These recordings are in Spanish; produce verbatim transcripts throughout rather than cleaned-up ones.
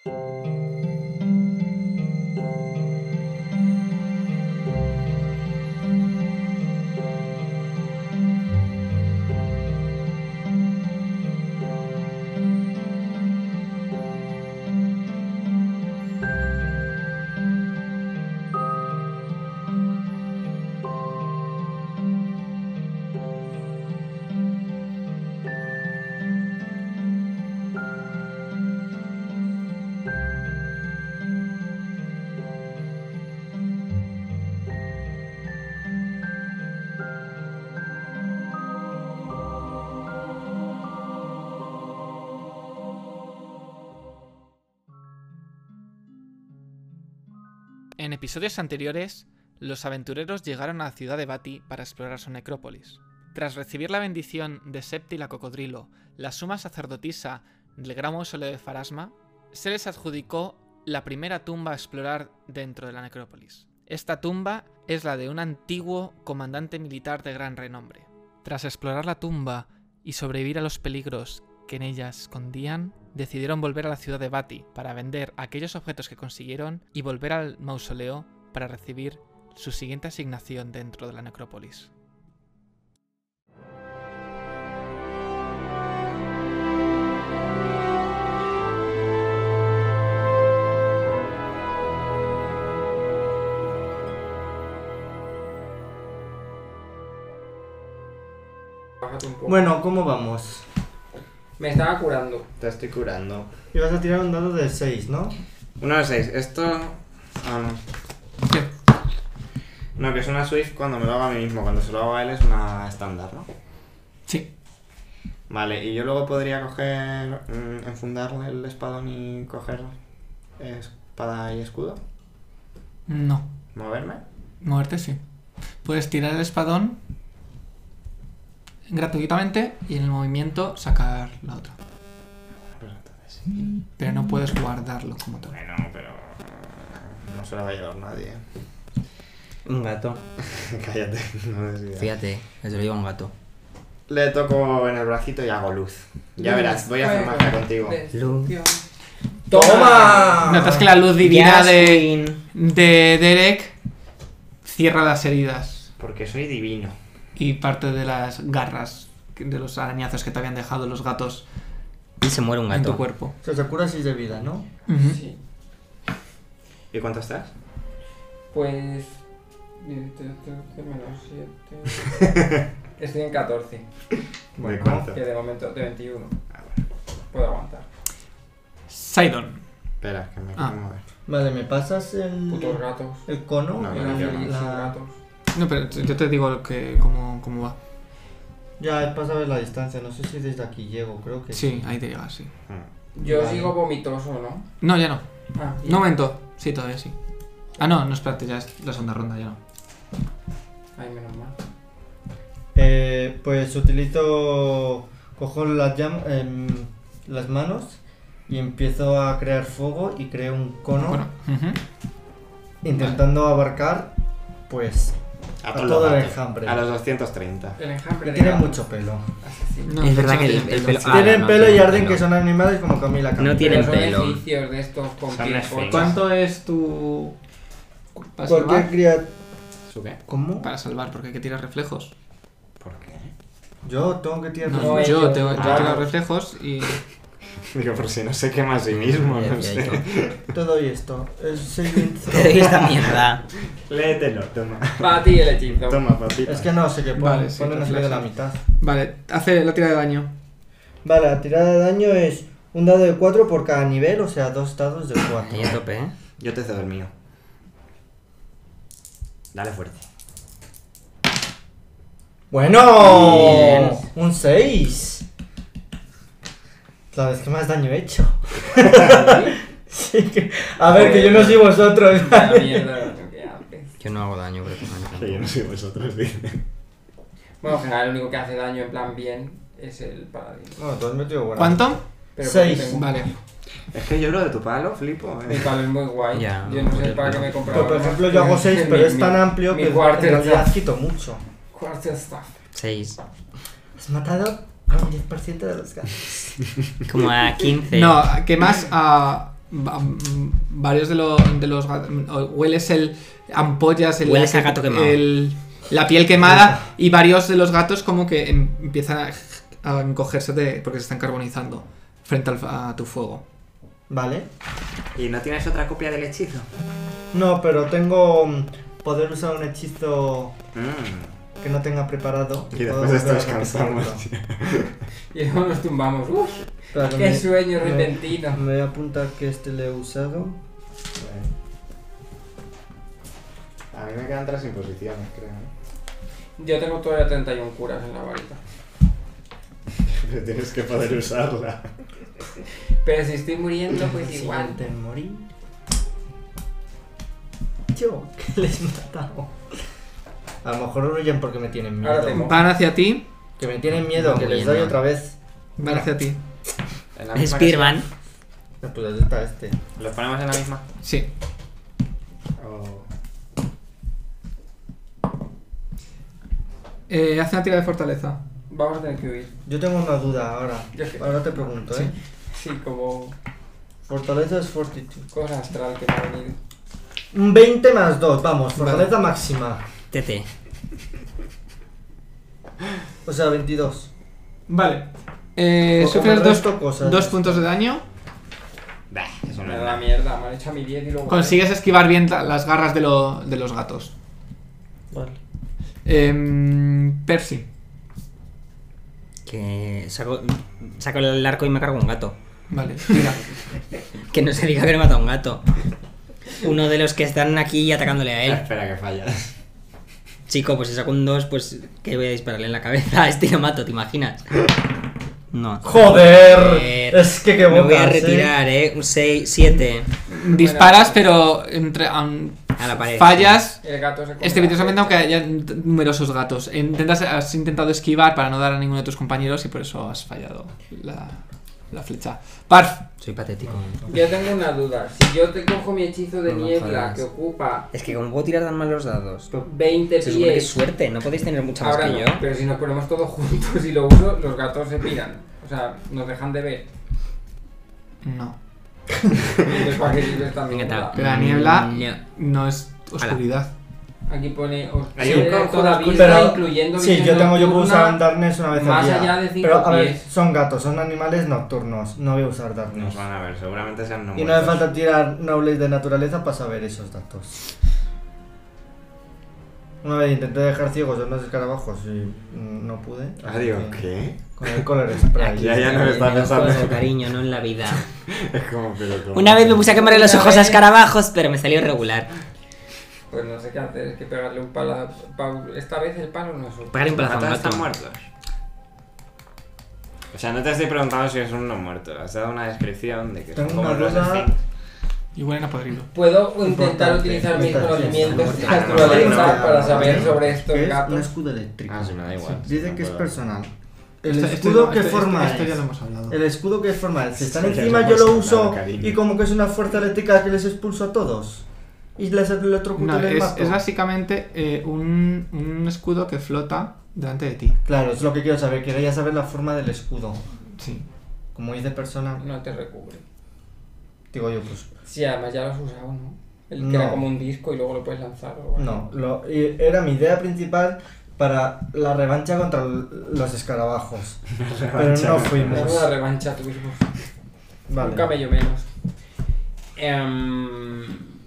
En episodios anteriores, los aventureros llegaron a la ciudad de Bati para explorar su necrópolis. Tras recibir la bendición de Septi la cocodrilo, la suma sacerdotisa del gran mausoleo de Pharasma, se les adjudicó la primera tumba a explorar dentro de la necrópolis. Esta tumba es la de un antiguo comandante militar de gran renombre. Tras explorar la tumba y sobrevivir a los peligros que en ella se escondían, decidieron volver a la ciudad de Bati para vender aquellos objetos que consiguieron y volver al mausoleo para recibir su siguiente asignación dentro de la necrópolis. Bueno, ¿cómo vamos? Me estaba curando. Te estoy curando. Y vas a tirar un dado de seis, ¿no? Uno de seis. Esto... Ah, no. ¿Qué? No, que es una Swift cuando me lo hago a mí mismo. Cuando se lo hago a él es una estándar, ¿no? Sí. Vale, y yo luego podría coger... Mmm, enfundarle el espadón y coger... espada y escudo. No. ¿Moverme? Moverte sí. Puedes tirar el espadón gratuitamente y en el movimiento sacar la otra. Pues entonces sí. Pero no puedes guardarlo como tal. Bueno, pero... no se la va a llevar nadie. Un gato. Cállate, no des Fíjate, se lo lleva un gato. Le toco en el bracito y hago luz. Ya verás, voy a hacer magia contigo. Luz. ¡Toma! Notas que la luz divina Yes, de, Queen. de Derek cierra las heridas Porque soy divino. y parte de las garras de los arañazos que te habían dejado los gatos Y se muere un en tu gato. cuerpo. Se te cura seis de vida, ¿no? Ujú. Sí. ¿Y cuánto estás? Pues... menos siete... Estoy en catorce. ¿De cuánto? Que de momento de veintiuno. Ah, bueno. Puedo aguantar. Sidon. Espera, que me Ah. quiero mover. Vale, ¿me pasas el... Putos gatos. el cono? No, Era no, feliz no. sin La- gatos. No, pero yo te digo que cómo, cómo va. Ya, es para saber la distancia. No sé si desde aquí llego, creo que Sí, ahí te llegas, sí. Hmm. Yo Vale. sigo vomitoso, ¿no? No, ya no. Ah, y- Un momento. Sí, todavía sí. Ah, no, no, espérate, ya es la segunda ronda, ya no. Ay, menos mal. Eh, pues utilizo... Cojo las, llam- em, las manos y empiezo a crear fuego y creo un cono Bueno, ujú. intentando abarcar, pues, a todos todo los el gatos. enjambre. A los doscientos treinta. El enjambre Y de tiene gatos. mucho pelo. Asesino. No, Es verdad que no el, tiene el pelo... pelo. ah, Tienen no, pelo y tienen arden pelo. que son animales como Camila. No tienen Pero son pelo. egipcios de estos con Son piel efectos. corta. ¿Cuánto es tu... para Cualquier salvar? criatura... ¿Su qué? ¿Cómo? Para salvar, porque hay que tirar reflejos. ¿Por qué? Yo tengo que tirar... No, No, yo ellos, tengo, yo ah. tiro reflejos y... Digo, por si no se quema a sí mismo, Ya, no ya, sé. ya. Te doy esto. Es saving Te doy throw. esta mierda. Léetelo, toma. Para ti el hechizo. Toma, papita. Es que no sé qué pone. Vale, sí, Pone no sé qué de la reflejo. mitad. Vale, hace la tira de daño. Vale, la tirada de daño es un dado de cuatro por cada nivel, o sea, dos dados de cuatro. Ahí a tope, ¿eh? Yo te cedo el mío. Dale fuerte. ¡Bueno! Bien. Un seis. La vez que más daño he hecho. Sí, que... A ver, que yo no soy vosotros. La mierda que haces. Yo no hago daño, pero que Que yo no soy vosotros, dice. Bueno, al final el único que hace daño en plan bien es el paladín. No, tú has metido buena. ¿Cuánto? Pero Seis. porque tengo- Vale. Es que yo lo de tu palo, flipo. Mi Eh. palo es muy guay. Ya, yo no sé pero- para qué me he comprado. Pero, por más. ejemplo, yo hago seis, pero Mi- es tan mi- amplio mi que en quarter realidad staff. quito mucho. Quarter staff. seis. Has matado a un diez por ciento de los gatos. Como a quince. No, quemas a va- mm, varios de, lo- de los gatos. Hueles el ampollas, el, Hueles a gato quemado. el- la piel quemada y varios de los gatos como que em- empiezan a, a encogerse de, porque se están carbonizando frente al, a tu fuego. Vale. ¿Y no tienes otra copia del hechizo? No, pero tengo mm, poder usar un hechizo Mm. que no tenga preparado. Y puedo después volver a esto descansamos. repetirlo. Y luego nos tumbamos. Uf, Espera, que qué me- sueño me- repentino. Me voy a apuntar que este le he usado. A mí me quedan tres imposiciones, creo. ¿eh? Yo tengo todavía treinta y uno curas en la varita. Pero tienes que poder usarla. Pero si estoy muriendo, pues igual. Siguiente en morir. Yo, que les he matado. A lo mejor huyen porque me tienen Ahora miedo. tengo. Van hacia ti. Que me tienen miedo, No, que les huyendo. doy otra vez. Van hacia ti. En la misma Spearman. No, pues ¿dónde está este? casilla. ¿Los ponemos en la misma? Sí. O... Eh, haz una tira de fortaleza. Vamos a tener que huir. Yo tengo una duda ahora. Yo qué. Ahora te pregunto, Sí. ¿eh? Sí, como Fortaleza es fortitude. cosa astral que me ha venido. Un veinte más dos, vamos, Vale. fortaleza máxima. T T. O sea, veintidós. Vale. Eh, O como sufres el dos, resto, cosas. dos puntos de daño. Bah, eso no Me es da nada. mierda, me han hecho a mi diez y luego. Consigues esquivar bien la- las garras de, lo- de los gatos. Vale. Em, Percy. Que saco, saco el arco y me cargo un gato. Vale, tira. Que no se diga que no he matado a un gato. Uno de los que están aquí atacándole a él. Espera que fallas. Chico, pues si saco un dos, pues que voy a dispararle en la cabeza. A este lo mato, ¿te imaginas? No. ¡Joder! Joder. Es que qué Me voy a bocas, ¿eh? retirar, eh. Un seis, siete. Disparas, pero entre, aun- A la pared. fallas El gato se come estrepitosamente, la aunque flecha. haya numerosos gatos. Intentas, has intentado esquivar para no dar a ninguno de tus compañeros y por eso has fallado la, la flecha. Parf. Soy patético. Yo tengo una duda. Si yo te cojo mi hechizo de No, no niebla jodas. que ocupa Es que como puedo tirar tan mal los dados. veinte Se supone que es pies. suerte, no podéis tener mucha más Ahora que no, yo. pero si nos ponemos todos juntos y lo uso, los gatos se piran. O sea, nos dejan de ver. No. Entonces, ¿para qué sirve esta Venga, mierda? Que la niebla No. no es oscuridad. Aquí pone Hay os- un conjuro toda oscuro. vista, Pero, incluyendo sí, visión yo tengo, yo puedo nocturna. usar Darkness una vez más al día. allá de cinco Pero a ver, pies. son gatos, son animales nocturnos. No voy a usar Darkness. Nos van a ver, seguramente sean no Y no hace muertos. falta tirar Knowledge de naturaleza para saber esos datos. Una vez intenté dejar ciegos a unos escarabajos y mm, no pude. Ah, así digo, que ¿qué? Con el Color Spray. Aquí hay- Ya no En está el pensando. juego, cariño, no en la vida. Es como, pero como... Una vez me puse a quemarle los Una ojos a vez- escarabajos, pero me salió regular. Pues no sé qué hacer, es que pegarle un palo. a- pa- Esta vez el palo no es un. Pegarle un ¿Los palazo a un gatos gato. están muertos? O sea, no te estoy preguntando si es un no muerto. Has dado una descripción de que son Tengo como una los duda. Sphinx. Y huelen a podrido. Puedo intentar Importante, utilizar mis esta- conocimientos de Ah, no, naturaleza no, no, para no, saber no, sobre Que estos es un gatos. escudo eléctrico. Ah, sí, me da igual. Dice que es Tampoco- personal. El Este- este escudo no, que este- forma este- esto ya es- lo hemos hablado. El escudo que forma es, si están Sí, ya encima lo yo lo hemos uso hablado, cariño. y como que es una fuerza eléctrica que les expulso a todos. Y les electrocuto No, y les es, mato. es básicamente eh, un, un escudo que flota delante de ti. Claro, es lo que quiero saber. Quería saber la forma del escudo. Sí. Como dice persona, No te recubre. digo yo, pues Sí, además ya lo has usado, ¿no? El que No. era como un disco y luego lo puedes lanzar. O algo así. no. Lo, y era mi idea principal para la revancha contra l- los escarabajos. Pero Revancha no contra fuimos. Es una revancha tuvimos. Un Vale. camello menos. Em,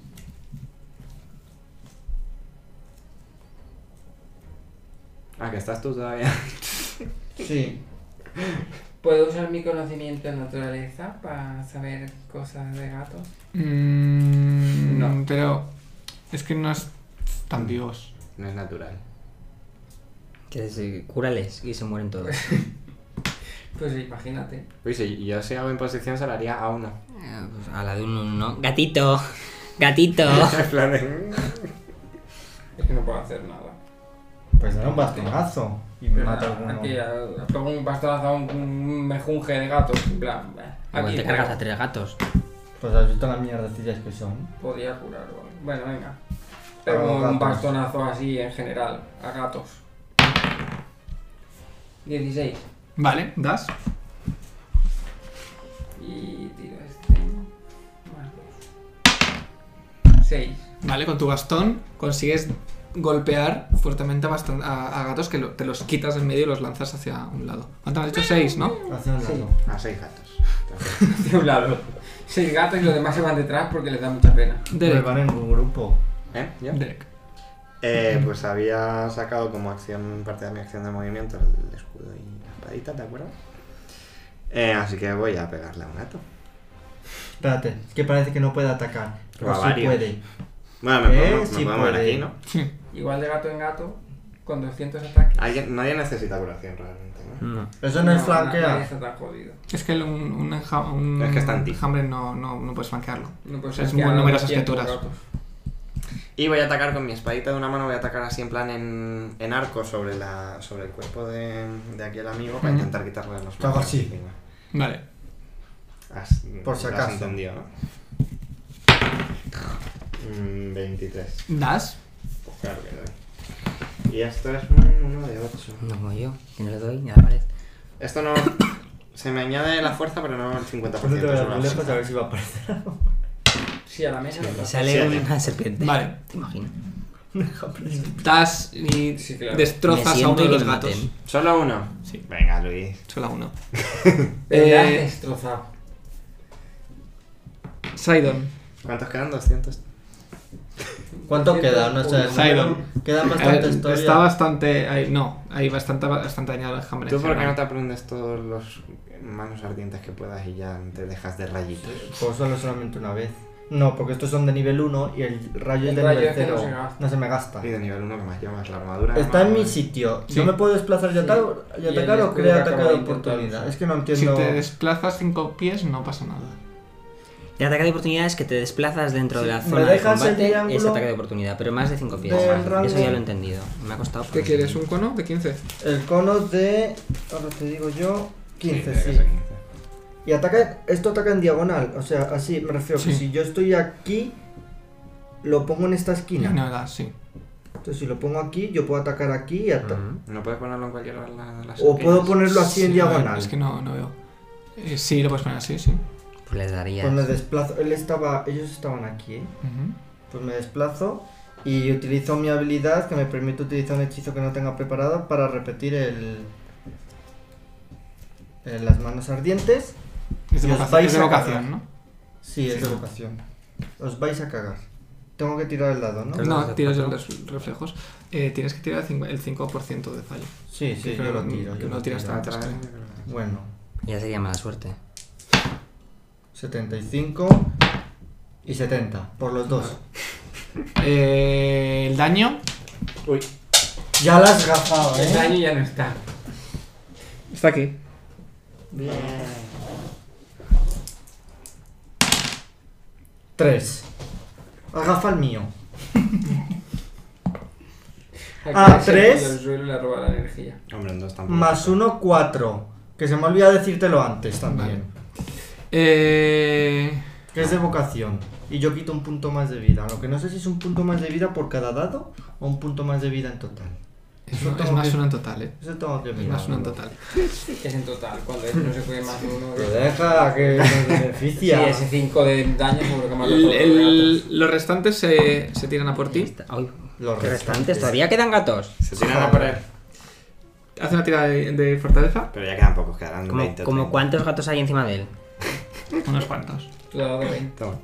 Ah, que estás tú todavía. Sí. ¿Puedo usar mi conocimiento de naturaleza para saber cosas de gatos? Mm, No. Pero es que no es tan dios. No es natural. Que se cúrales y se mueren todos. Pues imagínate. Uy, si yo si hago imposición se la haría a uno. Eh, pues a la de un uno. Gatito. Gatito. En plan de- Es que no puedo hacer nada. Pues da un bastonazo y me Pero mata nada, alguno. Aquí a- a- pongo un bastonazo a un, un mejunje de gatos. En plan, bah, Igual aquí te cargas bueno, a tres gatos. Pues has visto las mierdecillas que son. podía curar. ¿Vale? Bueno, venga. A Pego los un gatos. bastonazo así en general a gatos. dieciséis. Vale, das. Y tiro este. seis. Vale, con tu bastón consigues golpear fuertemente a, bastan- a, a gatos que lo- te los quitas en medio y los lanzas hacia un lado. ¿Cuánto has dicho? seis, ¿no? Hacia un Sí. lado. A seis gatos. De un lado. Seis gatos y los demás se van detrás porque les da mucha pena. Me Derek. van en un grupo. ¿Eh? ¿Yo? Derek. Eh, pues había sacado como acción, parte de mi acción de movimiento, el escudo y la espadita, ¿te acuerdas? Eh, así que voy a pegarle a un gato. Espérate, es que parece que no puede atacar. Pero A sí varios. puede. Bueno, me Eh, puedo, me sí puedo mover puede. aquí, ¿no? Sí. Igual de gato en gato, con doscientos ataques. Alguien, nadie necesita curación realmente, ¿no? No. Eso no, es Nadie flanquear. está tan jodido. Es que el- un, un, enja- un Es que está en ti. enjambre no, no, no puedes flanquearlo. No puedes O sea, es flanquear muy a numerosas doscientos criaturas. gatos. Y voy a atacar con mi espadita de una mano, voy a atacar así en plan en, en arco sobre la sobre el cuerpo de, de aquí el amigo para Ujú. intentar quitarle los Hago marcos así. encima. Vale. Has, Por si lo has acaso. entendido, ¿no? Mm, veintitrés. ¿Das? Pues claro que doy. Y esto es un uno de ocho. No como yo, que no le doy ni a la pared. Esto no... Se me añade la fuerza, pero no el cincuenta por Pues no te ciento voy a sobre dar la lejos a ver si va a aparecer algo. Sí, a la mesa no pasa. Sale Siete. una serpiente. Vale. ¿Te imaginas? Das y Sí, claro. destrozas Me a siento uno de y que los me gatos. maten. ¿Solo uno? Sí. Venga, Luis. Solo a uno. Pero le has Eh, destrozado. Sidon. ¿Cuántos quedan? doscientos. ¿Cuánto queda? No sé. Sidon. Queda A bastante ver, historia. está bastante... Hay, no, hay bastante, bastante dañado el enjambre. ¿Tú por qué Pero- no te aprendes todos los manos ardientes que puedas y ya te dejas de rayitos? Pues solo solamente una vez. No, porque estos son de nivel uno y el rayo es El de rayo nivel es que no cero. se gasta. No se me gasta. Y de nivel uno que más llevas la armadura. Está en mi además, sitio. Sí. ¿Yo me puedo desplazar y Sí. atacar, y Y el atacar o escudo crear que ataque acaba de de intentar oportunidad? usar. Es que no Si entiendo. te desplazas cinco pies no pasa nada. El ataque de oportunidad es que te desplazas dentro de la Sí, zona me de dejas el combate, triángulo es ataque de oportunidad, pero más de cinco pies. del rango. Eso ya lo he entendido. Me ha costado. ¿Qué pero- quieres? ¿Un cono de quince? El cono de. Ahora te digo yo. quince, tiene que sí. ser quince. Y ataca. Esto ataca en diagonal. O sea, así me refiero que Sí. si yo estoy aquí, lo pongo en esta Y esquina. no das, sí. Entonces, si lo pongo aquí, yo puedo atacar aquí y ata- Ujú. No puedes ponerlo en cualquiera de las de las O puedo esquinas. ponerlo así en Sí, diagonal. Es que no, no veo. Eh, sí, lo puedes poner así, sí. Pues les daría. Pues me desplazo. Él estaba. Ellos estaban aquí, ¿eh? Ujú. Pues me desplazo y utilizo mi habilidad que me permite utilizar un hechizo que no tenga preparado para repetir el. el- las manos ardientes. Es de Y os vocación, vais es de a vocación, cagar. ¿no? Sí, es de vocación. Os vais a cagar. Tengo que tirar el dado, ¿no? Tres No, dados de tiras cuatro. los reflejos. Eh, tienes que tirar el cinco- el cinco por ciento de fallo. Sí, sí, Que yo creo lo que tiro. Yo no lo tiras tiro. tanto. Otra vez, creo. yo creo que- Bueno, Ya sería mala suerte. setenta y cinco y setenta, por los dos. Eh, el daño Uy. Ya la has gafado, El ¿eh? daño ya no está. está aquí. Bien. tres. Agafa el mío. Ah, Aquí se tres. tira al suelo y le roba la energía. Hombre, en dos tampoco. Más uno, cuatro. Que se me ha olvidado decírtelo antes también. Eh, Que es de vocación. Y yo quito un punto más de vida. Lo que no sé si es un punto más de vida por cada dado o un punto más de vida en total. es, Eso es tengo más que- uno en total, eh. Eso tengo que Es mirar. más uno en total. Es en total, cuando es- no se puede más de uno. Pero deja que nos Sí, beneficia. ese cinco de daño seguro que mata a El- todos los el- los restantes se, se tiran a por ti. Está- Ay, Los ¿qué restantes. restantes? ¿Todavía quedan gatos? Se tiran a por él. Hace una tirada de, de fortaleza. Pero ya quedan pocos, quedarán ¿Como, veinte o como treinta. cuántos gatos hay encima de él? Unos cuantos. gatos. Le he dado de veinte. Toma.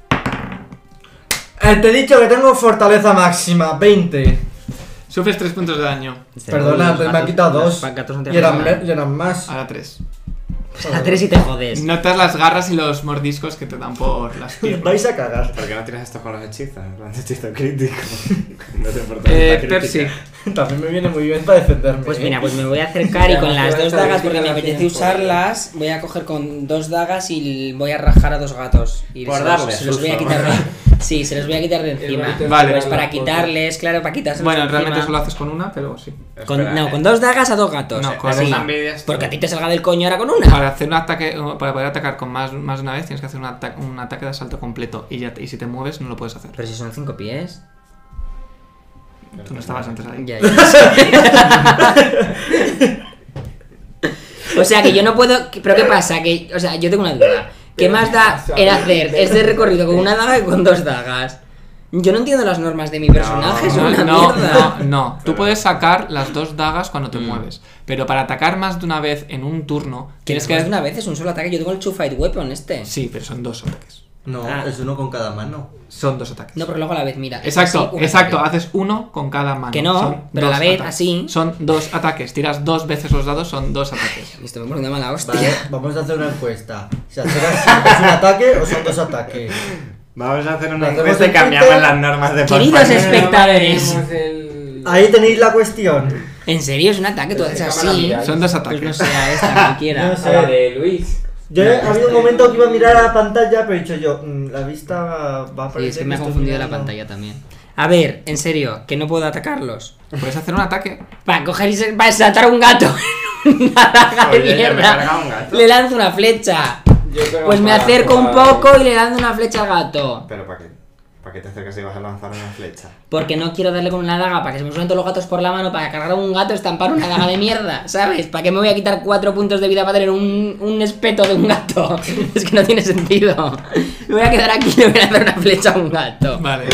Eh, te he dicho que tengo fortaleza máxima, veinte. Sufres tres puntos de daño. Perdona, Los me ha gatos- quitado los dos. gatos no te Y eran, hacen nada. y eran más. Ahora tres. A tres y te jodes. Notas las garras y los mordiscos que te dan por las Os piernas. vais a cagar. ¿Por qué no tiras esto con los hechizos? En plan de hechizo crítico. No te importa. Eh, Percy. También me viene muy bien para defenderme. Pues ¿eh? mira, pues me voy a acercar y Ya, con más las que dos las dagas, porque me estadísticas apetece las tienes usarlas, voy a coger con dos dagas y voy a rajar a dos gatos. Y Por se darles los, se los voy a uso. quitar de, sí, se los voy a quitar de encima. bonito es Vale. Pues tirar para las fotos. quitarles, claro, para quitarse. Bueno, realmente solo haces con una, pero sí. Con, Espera, no, eh. con dos dagas a dos gatos. No, con así. una. envidia esto. Porque a ti te salga del coño ahora con una. Para hacer un ataque, para poder atacar con más, más de una vez, tienes que hacer un, ata- un ataque de asalto completo. Y, ya te- y si te mueves, no lo puedes hacer. Pero si son cinco pies. Tú no estabas antes ahí. Ya, ya. O sea que yo no puedo. Pero ¿qué pasa? Que, o sea, yo tengo una duda. ¿Qué más da en hacer este recorrido con una daga que con dos dagas? Yo no entiendo las normas de mi personaje, son No, una no, mierda. no, no. Tú Pero- puedes sacar las dos dagas cuando te Mm. mueves. Pero para atacar más de una vez en un turno, Que tienes más que. de una vez es un solo ataque. Yo tengo el Two Fight Weapon este. Sí, pero son dos ataques. No, Ah. es uno con cada mano. Son dos ataques. No, pero luego a la vez, mira. es Exacto, así, un exacto. ataque. Haces uno con cada mano. Que no, Son pero a la dos vez, ataques. así. Son dos ataques. Tiras dos veces los dados, son dos ataques. Esto me pone una mala hostia. Vale, vamos a hacer una encuesta. Si hacer así, ¿es un ataque o son dos ataques? Vamos a hacer una Hacemos encuesta y en cambiamos Twitter. las normas de Queridos Fortnite. espectadores. Tenemos el- Ahí tenéis la cuestión. ¿En serio es un ataque? Tú Pero haces de cámara así. viral. Son dos Pues no ataques. sea esta cualquiera. No sé. A la de Luis. Yo he ha habido un momento que iba a mirar a la pantalla, pero he dicho yo, mm, la vista va, va a Sí, parecer es que me ha estoy confundido la mirando. pantalla también. A ver, en serio, que no puedo atacarlos. Puedes hacer un ataque. Para coger y se- para saltar un gato. Una daga de Oye, que me mierda. carga un gato. Le lanzo una flecha. Yo creo Pues me para acerco un jugar- poco y le lanzo una flecha al gato. Pero ¿para qué? ¿Para qué te acercas y vas a lanzar una flecha? Porque no quiero darle con una daga para que se me suenen todos los gatos por la mano para cargar a un gato, estampar una daga de mierda, ¿sabes? ¿Para qué me voy a quitar cuatro puntos de vida para tener un, un espeto de un gato? Es que no tiene sentido. Me voy a quedar aquí y le voy a hacer una flecha a un gato. Vale.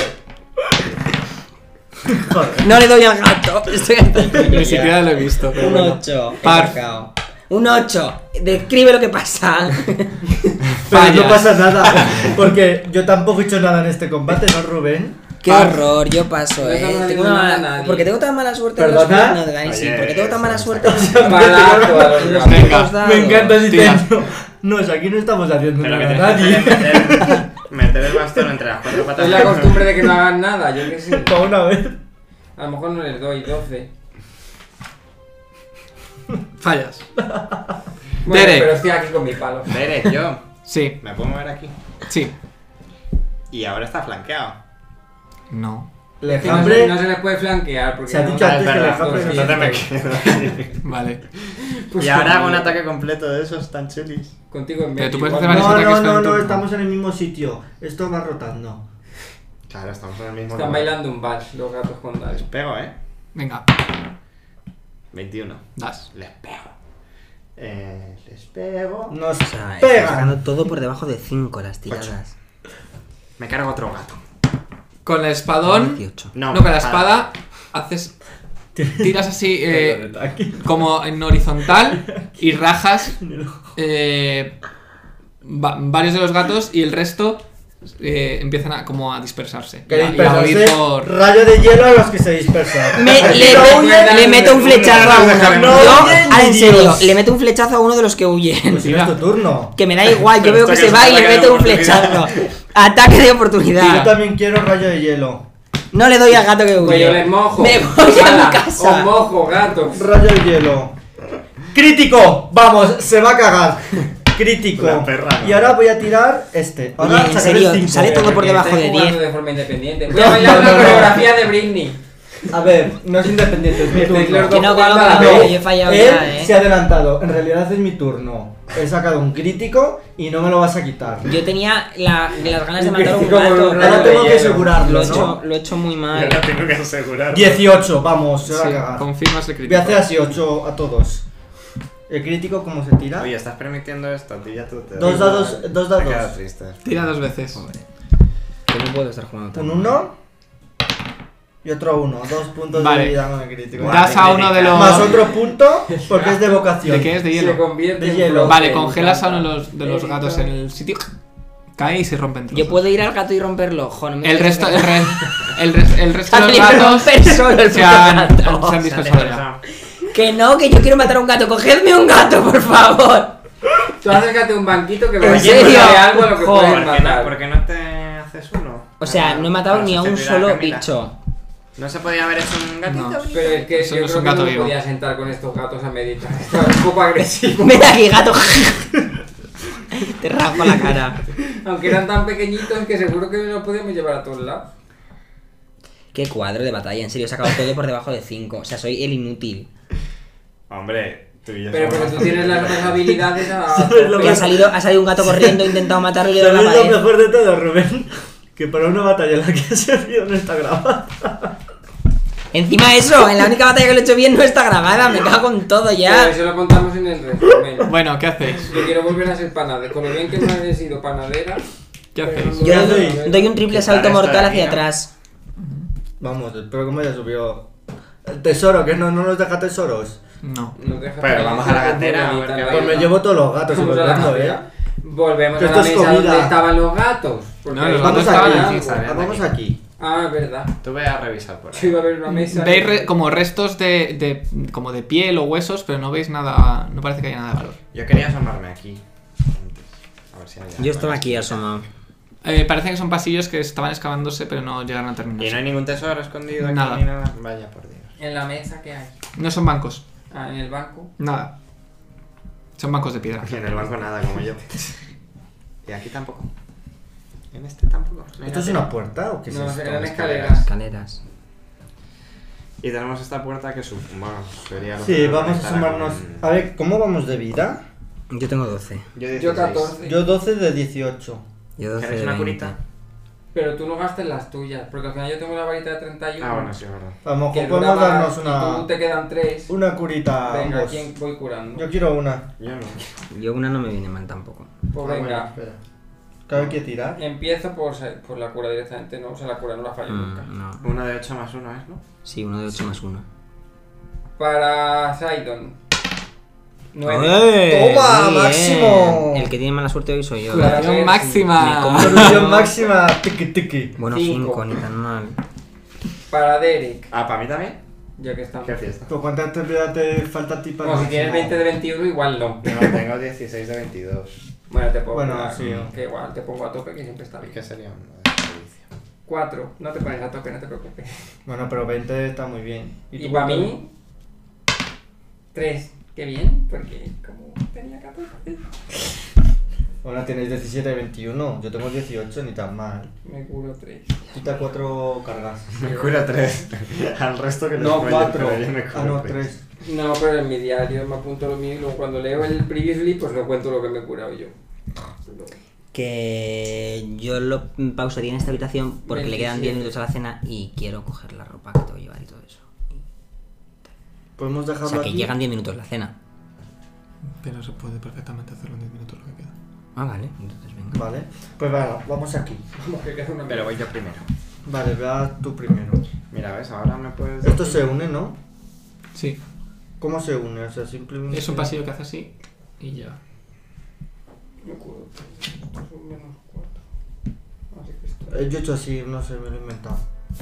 No le doy al gato. Estoy hasta el Ni coño ya. siquiera lo he visto. Pero Un bueno. ocho. He Par. sacado. Un ocho. Describe lo que pasa. Pero Fallas. no pasa nada, porque yo tampoco he hecho nada en este combate, ¿no, Rubén? Qué Par. horror, yo paso, No eh. estamos Tengo haciendo una nada a mala... nadie. Porque tengo tan mala suerte en los ¿Perdona? juegos. No, Dani, sí, Oye, porque tengo tan mala eso suerte en los está- juegos. Balazo a los En los gatos. Venga, putos dados. Me encanta Tira. diciendo, no, si aquí no estamos haciendo Pero que nada a tienes que nadie. meter, meter el bastón entre las cuatro patas. Es la costumbre de que no hagan nada, yo qué sé. Para una vez. A lo mejor no les doy doce. Fallas. Bueno, Derek. pero estoy aquí con mi palo. Derek, yo. Sí, ¿Me puedo mover aquí? sí. Y ahora está flanqueado. No. Es que no, se, Alejandre, no se les puede flanquear porque Se ha no- dicho Ah, antes es que verdad, Alejandro pues no entonces me siente. quedo aquí. Vale. Pues Y ahora hago un contigo- ataque completo de esos tan chulis. Contigo en Pero medio. tú puedes igual. hacer varios no, ataques no, cada no, no, turno. estamos en el mismo sitio. Esto va rotando. Claro, estamos en el mismo Están lugar. bailando un vals los gatos con Dali. Les pego, ¿eh? Venga, veintiuno. das. Les pego. Eh, les pego. Nos O sea, estoy pegan. sacando todo por debajo de cinco las tiradas. Me cargo otro gato. Con el espadón. dieciocho. No, No, con la para. espada haces. Tiras así eh, Aquí. como en horizontal y rajas eh, va- varios de los gatos y el resto eh, empiezan a como a dispersarse. Que y a- y a huir dispersarse, por. rayo de hielo a los que se dispersan. Me- Aquí le, no me- huyen, le meto un flechazo a uno. No Yo, huyen ahora ni en serio, Dios. le meto un flechazo a uno de los que huyen. Pues si no es tu turno. Que me da igual, yo Pero veo esto que que se es va y un le ataque meto de un flechazo. Ataque de Yo oportunidad. también quiero rayo de hielo. No le doy al gato que Pues yo huye. les mojo. Me voy a Ala, mi casa. Os mojo, gatos. Rayo de hielo. ¡Crítico! Vamos, se va a cagar. Crítico. La perra, ¿no? Y ahora voy a tirar este. Ahora Oye, en sacaré serio, el cinco. sale todo por Porque debajo estoy de jugando diez. de forma independiente. Voy a bailar No, una no, no. coreografía de Britney. A ver, no es independiente, es mi Estáis turno. los Que dos no, que no, jugando a la que vez. no, yo he fallado Él ya, eh. se ha adelantado. En realidad es mi turno. He sacado un crítico y no me lo vas a quitar. Yo tenía la- las ganas de Un matar a un crítico con gato. un Ahora rayo tengo de que hielo. asegurarlo, Lo he, ¿no? hecho, lo he hecho muy Yo mal. la tengo que asegurar. dieciocho, vamos, se va Sí, a cagar. confirmas el Voy a crítico. hacer así ocho a todos. El crítico, ¿cómo se tira? Oye, estás permitiendo esto, tío, ya tú te Dos doy dados- igual. dos Me dados. queda triste. Tira dos veces. Que no puedo estar jugando tan Un mal. uno y otro uno. Dos puntos Vale. de vida con el crítico. Guau. Das a uno de los. Más otro punto porque es de vocación. ¿De qué es? De Se hielo. convierte De en hielo. flote, Vale, me congelas a uno de encanta. los, de los gatos en el sitio. Cae y se rompe en trozos. Yo puedo ir al gato y romperlo. Jo, no me El digas resto, que- el, re- el, re- el resto de los Sale y gatos romper solo el se puto han, gato. se han dispersado ya. Que no, que yo quiero matar a un gato. Cogedme un gato, por favor. Tú acércate a un banquito que ¿En me serio? algo a lo que Joder. puedes ¿Por qué, no, matar. ¿Por qué no te haces uno? O sea, no he matado Para ni a un sustituir solo Camila. bicho. ¿No se podía haber hecho un gatito? No. Pero es que Eso yo no es creo un que gato no me vivo. podía sentar con estos gatos a meditar. Estaba un poco agresivo. Ven aquí, gato. Te raspo la cara. Aunque eran tan pequeñitos que seguro que los podíamos llevar a todos lados. Qué cuadro de batalla, en serio, he sacado todo por debajo de cinco. O sea, soy el inútil. Hombre, tú y yo Pero, somos pero tú bastante tienes las diferentes. dos habilidades a... ¿Sabes lo Que ha salido, ha salido un gato corriendo, he intentado matarlo y le he dado ¿Sabes la lo pared. mejor de todo, Rubén? Que para una batalla en la que has servido no está grabada. Encima eso, en la única batalla que lo he hecho bien no está grabada, me cago en todo Pero ya. eso lo contamos en el resumen. Bueno, ¿qué hacéis? Yo quiero volver a ser panadera. Con lo bien que me he sido panadera, ¿Qué Pero hacéis? no- Yo Ya doy, sé. doy un triple Quitar salto esto de mortal aquí, hacia ¿no? atrás. Vamos, espero que me haya subido el tesoro, que no, no nos deja tesoros. No. Nos deja Pero caer vamos a la esa gatera, a ver bonita qué la va. Pues me isla. llevo todos los gatos y Vamos los a la vendo, eh. gatera. Volvemos Que a esto la es mesa comida. donde estaban los gatos. Porque No, ahí los Vamos gatos estaba estaban aquí, aquí, salen vamos aquí. aquí. Ah, es verdad. Tú ve a revisar por Yo ahí. iba a ver una mesa. Veis y- re- como restos de, de como de piel o huesos, pero no veis nada, no parece que haya nada de valor. Yo quería asomarme aquí. antes, A ver si había Yo estaba algo. aquí asomado. Eh, parece que son pasillos que estaban excavándose, pero no llegaron a terminar. Y no hay ningún tesoro escondido aquí Nada. ni nada. Vaya por Dios. En la mesa que hay. No son bancos, Ah, en el banco. nada. Son bancos de piedra. Y en el banco nada, como yo. Y aquí tampoco. En este tampoco. No hay ¿Esto es nada. una puerta o qué es No, esto? eran escaleras. escaleras. Escaleras. Y tenemos esta puerta que sub... bueno, sería lo Sí, que vamos a conectará sumarnos. con- A ver, ¿cómo vamos de vida? Yo tengo doce. Yo, Yo dieciséis. catorce. Yo doce de dieciocho. Yo doce ¿Queréis de una veinte. curita? Pero tú no gastes las tuyas, porque al final yo tengo una varita de treinta y uno. Ah, bueno, sí, es verdad. A lo que mejor dura podemos más, darnos y una, tú te quedan tres. una curita Venga, ambos. ¿quién voy curando? Yo quiero una. Yo no. Yo una no me viene mal tampoco. Pues Ah, bueno, venga, espera. Cada vez que tirar. empiezo por, se- por la cura directamente, ¿no? O sea, la cura no la fallo nunca. Mm, no. Uno de ocho más uno es, ¿no? Sí, uno de ocho más uno. Para Sidon. nueve. ¡Eh! ¡Toma, Muy bien. máximo! El que tiene mala suerte hoy soy yo. Claro. Curación Me máxima. como- Solución máxima. Tiki tiki. Bueno, Cinco. cinco, ni tan mal. Para Derek, Ah, ¿para mí también? ya que estamos. Qué fiesta. ¿Pues cuántas te, te falta a ti para Bueno, el si tienes máximo? veinte de veintiuno, igual no. No, tengo dieciséis de veintidós. Bueno, te pongo. Bueno, curar, sí. Que igual te pongo a tope, que siempre está ¿Y bien. qué sería uno de servicio? cuatro, no te pones a tope, no te preocupes. Bueno, pero veinte está muy bien. Y, tú para cuánto? mí, tres. Qué bien, porque como tenía catorce, Ahora tienes diecisiete de veintiuno. Yo tengo dieciocho, ni tan mal. me curo tres. Quita cuatro cargas. Me cura tres. Al resto que les No, cuello, cuatro. pero yo me curo Ah, no, tres. tres. No, pero en mi diario me apunto lo mío y luego cuando leo el previously, pues no cuento lo que me he curado yo. Pero- Que yo lo pausaría en esta habitación porque le quedan diez minutos a la cena y quiero coger la ropa que tengo que llevar y todo eso. Podemos O dejarlo sea, que aquí. llegan diez minutos la cena. Pero se puede perfectamente hacerlo en diez minutos lo que queda. Ah, vale, entonces venga. Vale. Pues va, vamos aquí. Vamos, que queda una Pero voy yo primero. Vale, vea tú primero. Mira, ¿ves? Ahora me puedes... Esto se une, ¿no? Sí, ¿Cómo se une? O sea, simplemente... es un pasillo que hace así y ya. Me curo tres. Son menos cuatro. Así que estoy. Eh, Yo he hecho así, no sé, me lo he inventado.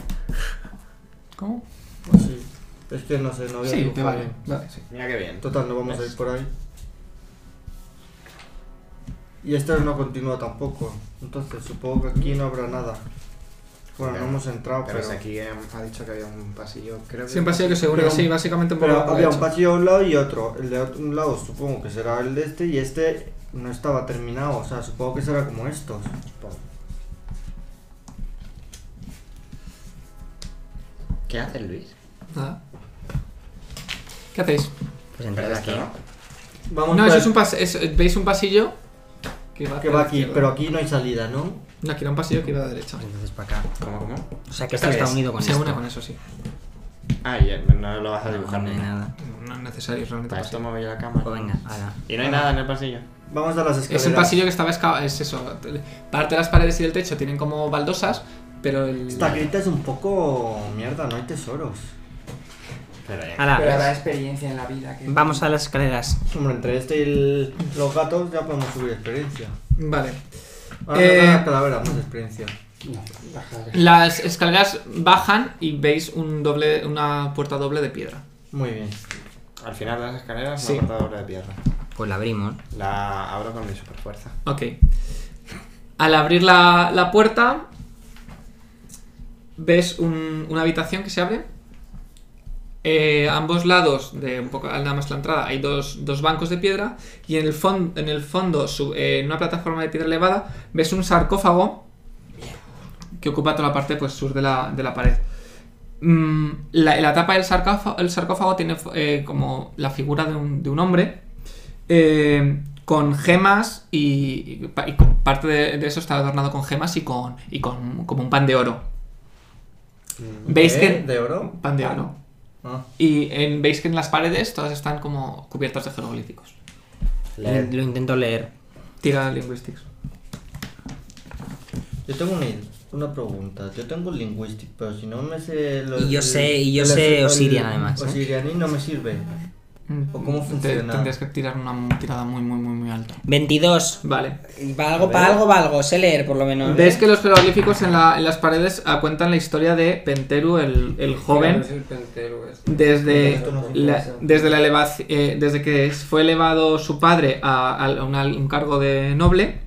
¿Cómo? Así. Es que no sé, no voy a Sí, te dibujar. vale. Vale, sí. Mira qué bien. Total, no vamos a ir por ahí. Y esta no continúa tampoco. Entonces, supongo que aquí no habrá nada. Bueno, no hemos entrado, Pero pero... si aquí eh, ha dicho que había un pasillo, creo que... Sí, un pasillo que se une, Pero- sí, básicamente un poco Pero lo que había he un hecho. pasillo a un lado y otro. El de otro- un lado supongo que será el de este y este no estaba terminado. O sea, supongo que será como estos. ¿Qué hace Luis? Nada. ¿Qué hacéis? Pues entrar Pero aquí. esto, ¿no? Vamos No, por- eso es un pas es- veis un pasillo que va, que hacia va la aquí, izquierda. pero aquí no hay salida, ¿no? No, aquí era un pasillo que iba a la derecha. Pues entonces para acá. ¿Cómo, cómo? O sea que ¿Esto esto qué está es? unido con Se esto. une con eso, sí. Ah, y eh, no lo vas a dibujar No ni hay nada. nada. No es necesario realmente. Para esto pasillo. me voy a la cámara. Pues venga, ala. Y no hay nada en el pasillo. Vamos a las escaleras. Es un pasillo que estaba excavado, es eso. Parte de las paredes y del techo tienen como baldosas, pero el... Esta grita es un poco... mierda, no hay tesoros. Pero ya. Ala, Pero habrá experiencia en la vida. Que... vamos a las escaleras. Hombre, entre este y el- los gatos ya podemos subir experiencia. Vale. Ahora Eh, eh... la calavera, más experiencia. No, bajar. Las escaleras bajan y veis un doble, una puerta doble de piedra. Muy bien. Al final de las escaleras, Sí. una portadora de piedra. Pues la abrimos. La abro con mi superfuerza. Ok. Al abrir la, la puerta, ves un- una habitación que se abre. Eh, a ambos lados, de un poco nada más la entrada, hay dos, dos bancos de piedra. Y en el, fon- en el fondo, su- eh, en una plataforma de piedra elevada, ves un sarcófago que ocupa toda la parte pues, sur de la, de la pared. Mm, la, la tapa del sarcófago, el sarcófago tiene eh, como la figura de un, de un hombre. Eh, con gemas y, y pa- y con- parte de, de eso está adornado con gemas y con, y con como un pan de oro. ¿Veis ¿Qué? que ¿De oro? pan de oro? Ah. Y en- veis que en las paredes todas están como cubiertas de jeroglíficos. Leer. Lo intento leer. Tira linguistics. Yo tengo una, una pregunta. Yo tengo Linguistic, pero si no me sé... Los, Y yo sé- y yo el- sé el- Osirian, además, ¿eh? Osirianí no me sirve. ¿O cómo Te- funciona? Tendrías que tirar una tirada muy, muy, muy, muy alta. veintidós. Vale. Para algo, para algo, para algo. Sé leer, por lo menos. Ves que los jeroglíficos en, la, en las paredes ah, cuentan la historia de Penteru, el, el joven, Es el pentero este. desde Esto no se la, pasa. desde la elevaci- eh, desde que fue elevado su padre a, a una- un cargo de noble,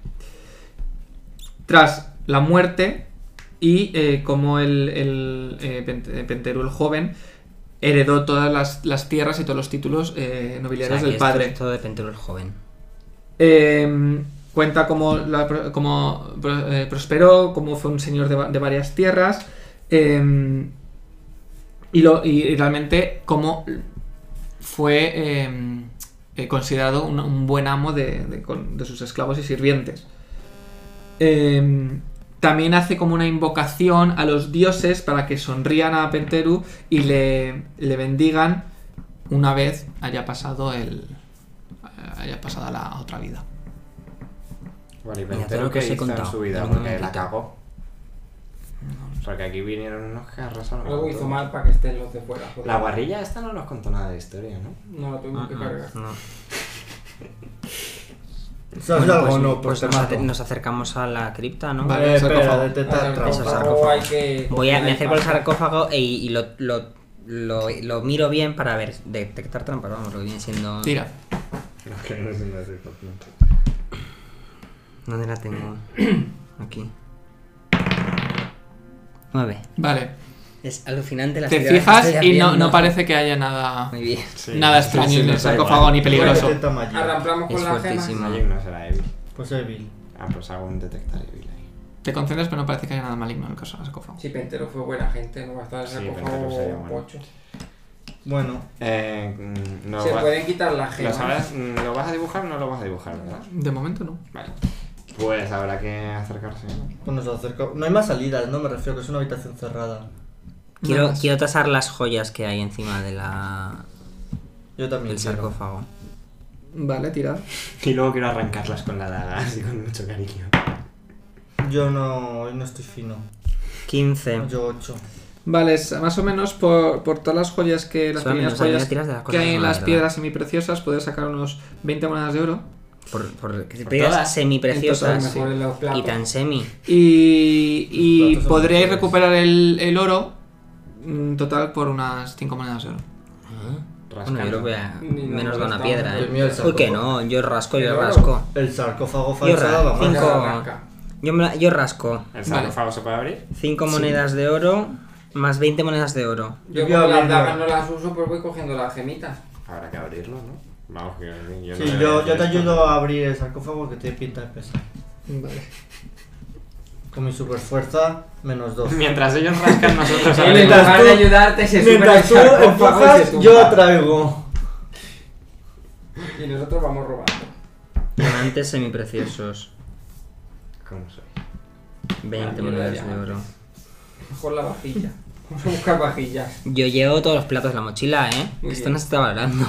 tras la muerte y eh, como el, el eh, Pente- Penteru, el joven, heredó todas las, las tierras y todos los títulos eh, O nobiliarios sea, que del esto padre. es todo de Pentero el joven. Eh, cuenta cómo, la, pro- cómo pro- eh, prosperó, cómo fue un señor de, va- de varias tierras eh, y, lo, y realmente cómo fue eh, eh, considerado un, un buen amo de, de- con- de sus esclavos y sirvientes. Eh, también hace como una invocación a los dioses para que sonrían a Penteru y le, le bendigan una vez haya pasado el haya pasado la otra vida. Vale, y Mira, todo Pentero lo que que os he hizo en contado, su vida en un porque la momentito. cagó. Porque aquí vinieron unos que arrasaron. Algo con hizo todo. mal para que estén los de fuera. joder. La guarrilla esta no nos contó nada de historia, ¿no? No la tuvimos que cargar. No. ¿Sabes Bueno, algo pues, o no? pues te nos, mato. ace- nos acercamos a la cripta, ¿no? Vale. Eh, espera, sarcófago. detectar Al trampa. sarcófago. hay que Voy a, coger me ahí acerco al pasta. sarcófago e- y lo, lo, lo, lo miro bien para ver, detectar trampas, vamos, lo que viene siendo... Tira. Los que no se me hace falta. ¿Dónde la tengo? Aquí. nueve. Vale. Es alucinante la Te tiradas que fijas estoy y no, haciendo. no parece que haya nada Muy bien. Sí, nada sí, extraño sí, en el nos da sarcófago igual. ni peligroso. Detecta magia. Arramplamos con Es la fuertísimo. gema. Magic no será Evil. Pues Evil. Ah, pues hago un detectar Evil ahí. Te concentras, pero no parece que haya nada maligno en el caso del sarcófago. Si Pentero fue buena gente, no va a estar el Sí, Pentero sería sarcófago bueno. pocho. Bueno, Eh, mm, no Se va- pueden quitar las ¿Lo gemas. sabes? Mm, ¿Lo vas a dibujar o no lo vas a dibujar, verdad? De momento no. Vale. Pues habrá que acercarse. ¿no? pues nos acercamos. No hay más salidas, ¿no? Me refiero que es una habitación cerrada. Quiero, Nada más. quiero tasar las joyas que hay encima de la, Yo también del quiero. sarcófago. Vale, tirad. Y luego quiero arrancarlas con la daga, así con mucho cariño. Yo no, hoy no estoy fino. quince. Yo ocho. Vale, es más o menos por, por todas las joyas que las Solo pequeñas menos, a mí me joyas tiras de las que cosas hay en malas, las ¿verdad? piedras semipreciosas, puedes sacar unos veinte monedas de oro. Por, por, que Por piedras todas. semipreciosas En total, Mejor en los platos. y tan semi. Y, y Los platos son podríais mejores. recuperar el, el oro en total por unas cinco monedas de oro. Bueno, yo lo voy a... Ni nos menos da una gastamos. piedra, El mío ¿eh? es Uy, que sarcófago. no, yo rasco, yo Pero- rasco. El sarcófago Yo falso ra- daba cinco- más. Rasca. Yo, me la- yo rasco. ¿El sarcófago se puede abrir? cinco monedas de oro más veinte monedas de oro. Yo Yo como voy a las abrirlo. dagas no las uso, pues voy cogiendo las gemitas. Habrá que abrirlo, ¿no? Vamos, que yo Sí, no yo, voy yo te hacer ayudo esto. a abrir el sarcófago que tiene pinta de pesar. Vale. Con mi super fuerza, menos dos. Mientras ellos rascan, nosotros En Mientras lugar tú- de ayudarte, se sube Mientras el tú sarcófago y se empujas, tumba. yo traigo. Y nosotros vamos robando. Diamantes semipreciosos. ¿Cómo soy? veinte Ah, monedas mira, de oro. Mejor la vajilla. Vamos a buscar vajillas. Yo llevo todos los platos de la mochila, ¿eh? Muy Esto bien. no se está valorando.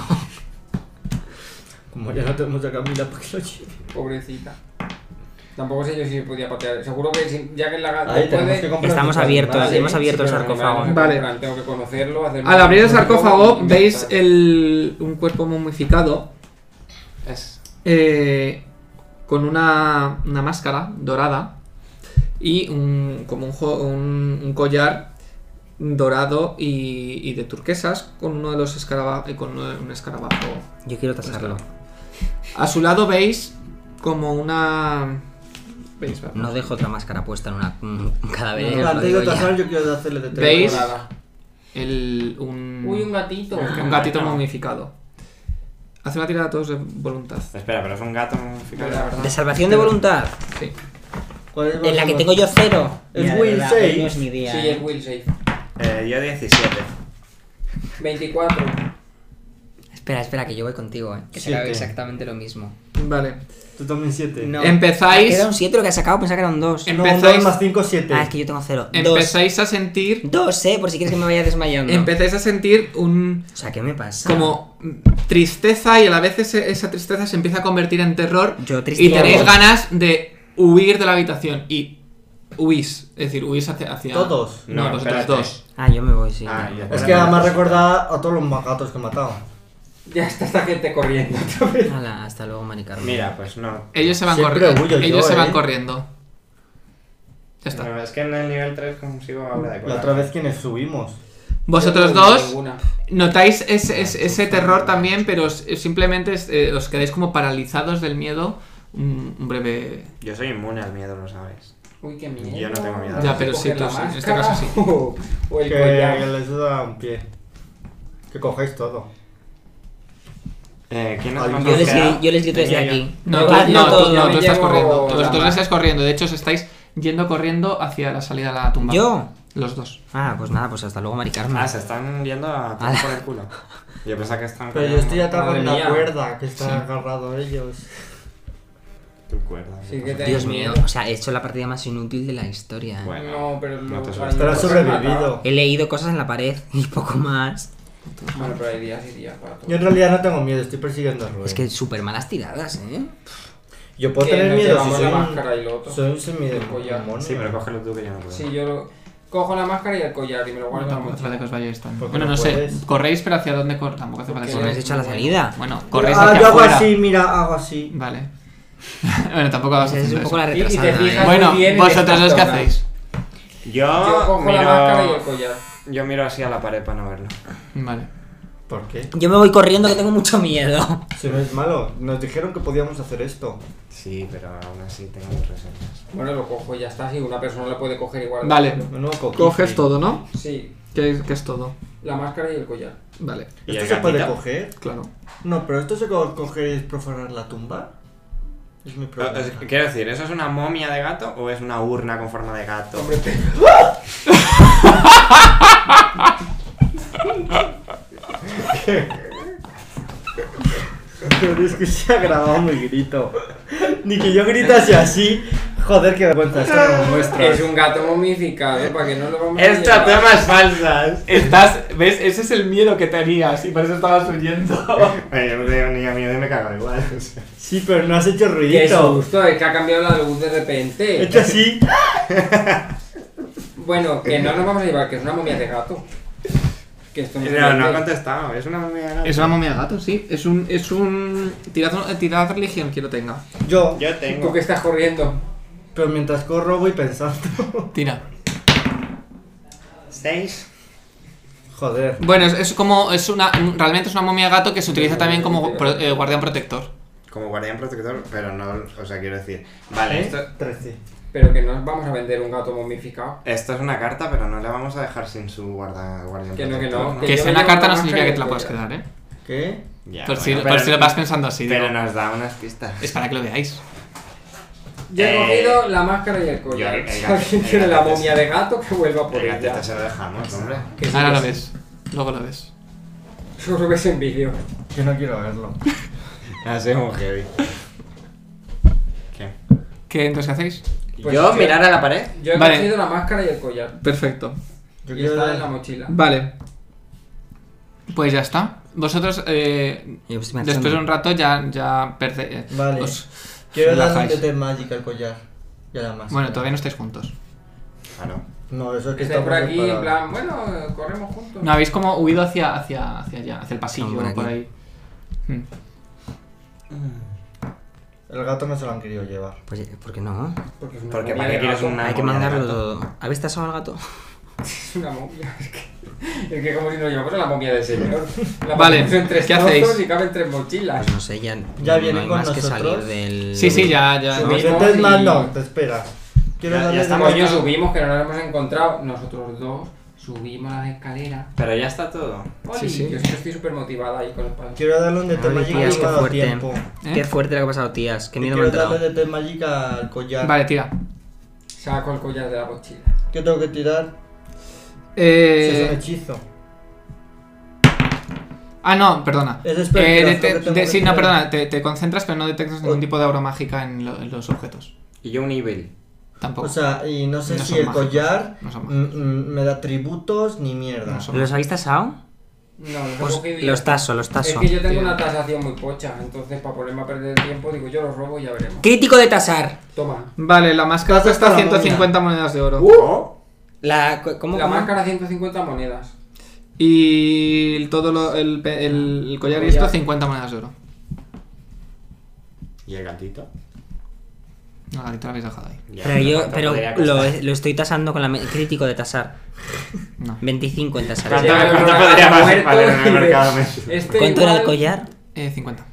Como ya no tenemos a Camila, ¿para qué lo lleve? Pobrecita. Tampoco sé yo si podía patear. Seguro que si- ya que la gata Ahí tenemos puede... que comprar. Estamos el abiertos, vale, hemos abierto el pero sarcófago. no me Vale. compran, Tengo que conocerlo, hacer... Al abrir el sarcófago y veis ya está. el, un cuerpo momificado Es. eh, con una, una máscara dorada y un, como un, jo- un, un collar dorado y, y de turquesas con uno de los escarabajos, con uno de- un escarabajo. Yo quiero tasarlo. A su lado veis como una... ¿Veis? Va, No dejo otra máscara puesta en una, un un cadáver. Antes lo de digo ya. tasar, yo quiero hacerle de ¿Veis? Dorada. el, un, Uy, un gatito. un gatito momificado. Hace una tirada a todos de voluntad. Espera, pero es un gato momificado. La verdad. De salvación de voluntad. Sí. ¿Cuál es En la que más- tengo yo cero. Es Mira, de Will verdad, Safe. No es mi día. Sí, ¿eh? es Will Safe. Eh, yo diecisiete. veinticuatro. Espera, espera, que yo voy contigo, ¿eh? Que será Siete. exactamente lo mismo. Vale. Tú también siete. No. Empezáis- ¿Ha quedado un siete lo que has sacado? Pensaba que era un dos. Em- No, un Empezáis- dos más cinco, siete. Ah, es que yo tengo cero. Dos. Empezáis a sentir... Dos, ¿eh? Por si quieres que me vaya desmayando. Empezáis a sentir un... O sea, ¿qué me pasa? como tristeza y a la vez ese- esa tristeza se empieza a convertir en terror Yo triste. y tenéis ganas de huir de la habitación y huís. Es decir, huís hacia... hacia... ¿Todos? No, No, vosotros espérate. dos. Ah, yo me voy, sí. Ah, ya. Es que además recordaba a todos los más gatos que he matado. Ya está esta gente corriendo otra vez. Hala, hasta luego, Mari Carmen. Mira, pues no. Ellos se van Siempre corriendo. huyo Ellos yo, se van ¿eh? corriendo. Ya está. No, es que en el nivel tres consigo habla de La cola. otra vez quienes subimos. Vosotros Yo no dos ninguna. notáis ese, ese, ese terror también, pero os- simplemente eh, os quedáis como paralizados del miedo un, un breve... Yo soy inmune al miedo, lo sabes. Uy, qué miedo. Yo no tengo miedo. Ya, pero sí, Coger tú la sí, en este máscara caso sí. O, o el Que collar. les suda un pie. Que cogéis todo. Eh, ¿Quién Ay, nos Yo les, queda? gri- yo les grito desde Tenía yo. aquí. No, No, tú, va, no, no, tú, todos, no, yo tú me estás llevo corriendo. la Vosotros máscara. estáis corriendo. De hecho, os estáis yendo corriendo hacia la salida de la tumba. ¿Yo? Los dos. Ah, pues nada, pues hasta luego, Mari Carmen. Ah, se están yendo a Ala. por el culo. Yo pensaba que están Pero yo estoy atado Madre con la mía. cuerda que están Sí. agarrados ellos. Tu cuerda. Sí, ¿qué que pasa? te- Dios miedo. mío, o sea, he hecho la partida más inútil de la historia. ¿eh? Bueno, No, pero no luego te hay asustes. Pero has cosas sobrevivido. matadas. He leído cosas en la pared y poco más. Bueno, pero hay días y días para todo. Yo en realidad no tengo miedo, estoy persiguiendo a Rubén. Es que súper malas tiradas, ¿eh? yo puedo Que tener nos miedo si llevamos soy la un, máscara y lo otro. soy un semi El collar. demonio. Sí, pero cógelo tú que yo no puedo. Sí, yo lo... cojo la máscara y el collar y me lo guardo en la Tampoco hace falta que mochila. os vayáis tan... Porque Bueno, no no sé. puedes. Corréis, pero ¿hacia dónde corréis? Tampoco hace falta que Porque ¿Me corréis. has dicho a la salida? Bueno, corréis Ah, hacia yo hago afuera. así, mira, hago así. Vale. bueno, tampoco hagas Esa es un poco la Y- y te retrasada, fijas- ¿eh? Bueno, muy bien en vosotros estas dos, ¿qué zonas. hacéis? Yo, Yo cojo miro... la máscara y el collar. Yo miro así a la pared para no verlo. Vale. ¿Por qué? Yo me voy corriendo que tengo mucho miedo. Si no es malo, nos dijeron que podíamos hacer esto. Sí, pero aún así tengo mis reservas. Bueno, lo cojo y ya está. Si una persona lo puede coger igual. Vale. Menudo coquín. Coges todo, ¿no? Sí, ¿Qué es, qué es todo? la máscara y el collar. Vale, ¿Y ¿Esto el se puede gatito? coger? claro. No, pero ¿esto se co- coger y profanar la tumba? Es mi Pero, pregunta. es- Quiero decir, ¿eso es una momia de gato o es una urna con forma de gato? Hombre, te- Pero es que se ha grabado mi grito. Ni que yo gritase así. Joder, qué vergüenza, esto no lo muestra. es un gato momificado, para que no lo vamos a llevar. Estratagemas falsas. Estás, ¿ves? Ese es el miedo que tenías y por eso estabas huyendo. Oye, yo no tengo ni a miedo y me cago igual. o sea. Sí, pero no has hecho Qué ruidito. susto, es que ha cambiado la luz de repente. He hecho así. Bueno, que no nos vamos a llevar, que es una momia de gato. Que esto no se No, no ha vende. contestado, es una momia de gato. Es una momia de gato, sí. Es un. Es un. Tirad, tirad religión quien lo tenga. Yo, Yo ¿Tú tengo. que estás corriendo? pero mientras corro voy pensando. Tira. Seis. Joder. Bueno, es, es como. Es una. Realmente es una momia de gato que se utiliza también como pro- eh, guardián protector. Como guardián protector, pero no. O sea, quiero decir. Vale, ¿Eh? esto, trece. Pero que no vamos a vender un gato momificado. esto es una carta, pero no la vamos a dejar sin su guarda, guardián Que no, que protector. no, Que yo sea me una llevo carta la no significa máscara que y te la el puedas collar. quedar, ¿eh? ¿Qué? Ya, Por, si, bueno, por pero- si lo vas pensando así. Pero digo. nos da unas pistas. Es para que lo veáis. Yo he Eh, cogido la máscara y el collar. yo el- el Si gato- alguien el tiene la gatete momia se- de gato, que vuelva por El ella. gatete se lo dejamos, hombre. Que sí, Ahora que lo sí. ves. Luego lo ves. Seguro que es en vídeo. Yo no quiero verlo. Así muy heavy. ¿Qué? ¿Qué entonces qué hacéis? Pues ¿Yo yo- mirar a la pared? Yo he Vale. cogido la máscara y el collar. Perfecto. Yo Y quiero está dar- en la mochila. Vale. Pues ya está. Vosotros, eh, Yo estoy después de marchando. un rato, ya, ya perde, Vale. os Quiero darle un relajáis. Detect Magic al collar. Y a la máscara. Bueno, todavía no estáis juntos. Claro. No, eso es que Estáis estamos por aquí, en separados. plan, bueno, corremos juntos. No, habéis como huido hacia, hacia, hacia allá, hacia el pasillo, Por aquí. por ahí. Hmm. El gato no se lo han querido llevar. Pues, ¿por qué no? Porque es una Porque momia ¿para qué de quieres gato. una- Hay que momia de mandarlo gato. todo. ¿Habéis tasado al gato? Es una momia. Es que, es que como si nos llevamos a la momia del señor. La Vale, ponemos en tres ¿qué trozos hacéis? y caben tres mochilas. Pues no sé, ya, ¿Ya no vienen hay con más que salir nosotros? del... Sí, sí, ya, ya. Sí, ¿no? mismo Detect y- Mag no, te esperas. Quiero Ya- ya darle estamos- Coño, Detect Mag- subimos, que no nos hemos encontrado. Nosotros dos subimos la escalera. Pero ya está todo. Oli, Sí, sí. Yo es que estoy súper motivada ahí con el pan. Quiero darle un Detect Ay, Magic tías, y qué no me ha dado fuerte. tiempo. ¿Eh? Qué fuerte lo que ha pasado, tías. Qué Y miedo me ha quiero darle entrado. Detect Magic al collar. Vale, tira. Saco el collar de la mochila. ¿Qué tengo que tirar? Si es un Eh... hechizo. Ah, no, perdona. Es Eh, espectro, de- es lo que de- tengo de- que sí, no, tirar. perdona, te, te concentras pero no detectas ningún Uy. tipo de aura mágica en, lo- en los objetos. Y yo un evil. Tampoco. O sea, y no sé No si son el mágicos, collar no son mm, mm, me da tributos ni mierda. No son- ¿Los habéis tasado? No, los he Pues cogido y los ya está. taso, los Es taso. que yo tengo Sí. una tasación muy pocha, entonces para ponerme a perder el tiempo, digo, yo los robo y ya veremos. Crítico de tasar. Toma. Vale, la máscara Pasa cuesta hasta la ciento cincuenta monedas de oro. Oh, La, ¿Cómo? La cómo? máscara ciento cincuenta monedas. Y el- todo lo- el, pe- el- el collar y Collar. esto cincuenta monedas de oro. ¿Y el gatito? No, ahorita lo habéis dejado ahí. Ya, Pero yo ¿cuánto pero podría lo, costar? lo estoy tasando con la me- crítico de tasar. No. veinticinco en tasar. ¿Cuánto, Llega cuánto con la- podría muerto valer en y el de- mercado mes? Este ¿Cuánto era el igual- collar? Eh, cincuenta.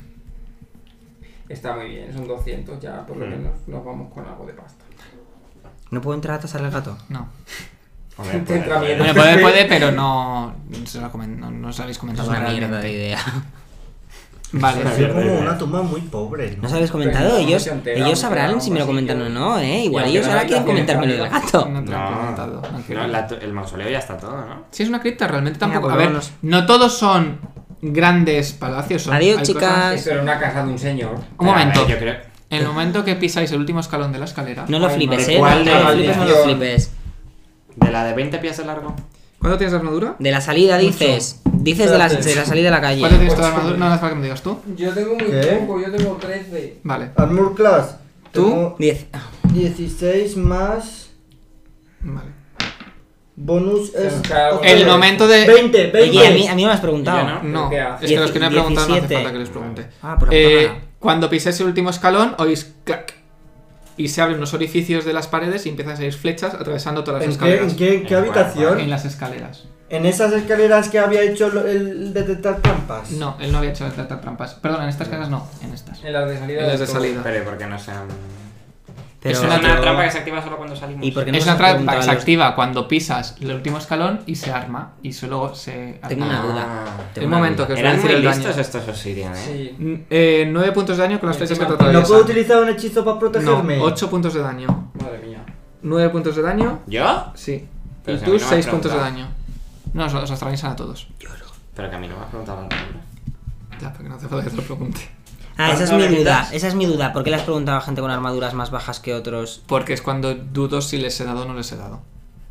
Está muy bien, son doscientos ya, por lo Mm. menos nos vamos con algo de pasta. ¿No puedo entrar a tasar al gato? No. Hombre, Te entra pues, miedo. Bueno, puede, puede, pero no, se lo ha comen- no, no os habéis Es comentado una mierda realmente. de idea. Vale. Es como una tumba muy pobre, ¿no? ¿No os habéis comentado? Pero no, Ellos, no se entera, ellos no sabrán queda si me lo un comentan o vasito. no, ¿eh? Igual Y ellos aunque ahora no quieren haya comentarme el habitación, gato. No te lo han No, comentado. tranquilo. no la- el mausoleo ya está todo, ¿no? Sí, es una cripta, realmente Venga, tampoco. pues A ver, vámonos. no todos son grandes palacios. Son, Adiós, hay chicas. cosas- Esto era una casa de un señor. Un momento. A ver, yo creo... En el momento que pisáis el último escalón de la escalera. No lo Ay, flipes, ¿de ¿eh? cuál No de lo la flipes, no lo maldición? flipes. ¿De la de veinte pies de largo? ¿Cuánto tienes de armadura? De la salida dices. Dices de la, de la salida de la calle. ¿Cuánto tienes de armadura? No, no hace falta que me digas tú. Yo tengo muy ¿Qué? poco, yo tengo trece. Vale. Armor Class. ¿Tú? Tengo diez. dieciséis más Vale. bonus es... nos cae algo. El momento de. veinte, veinte. Oye, a mí, a mí no me has preguntado. Y yo no. No, ¿Qué hace? es que los que no he preguntado no hace diecisiete. falta que les pregunte. Ah, por Eh, favor. cuando piséis el último escalón, oís clac. Y se abren los orificios de las paredes y empiezan a salir flechas atravesando todas las ¿En qué, escaleras. en qué, en qué ¿En cuál, habitación? En las escaleras. ¿En esas escaleras que había hecho lo- el detectar trampas? No, él no había hecho detectar trampas. Perdón, en estas escaleras no, en estas. En las de salida. En las del de todo. salida. Pero ¿y por qué no sean...? Pero, es Es una una pero- trampa que se activa solo cuando salimos. ¿Y por qué no Es nos una has trampa preguntado que se a los- activa cuando pisas el último escalón y se arma. Y luego se. Tengo arma. una duda. Ah. Tengo Un una momento, duda. que os voy a Eran decir muy el daño. listos estos Osirian, ¿eh? Sí. Mm, eh, nueve puntos de daño con las flechas que te Encima- ¿No atraviesan. puedo utilizar un hechizo para No, protegerme? ocho puntos de daño. Madre mía. nueve puntos de daño. ¿Yo? Sí. Pero y si a tú mí no me has seis puntos de preguntado. daño. No, os, os atraviesan a todos. Pero que a mí no me has preguntado la armadura. Ya, porque no hace falta que te lo pregunte. Ah, esa es ¿Cuánto mi le duda. quitas? Esa es mi duda. ¿Por qué le has preguntado a gente con armaduras más bajas que otros? Porque es cuando dudo si les he dado o no les he dado.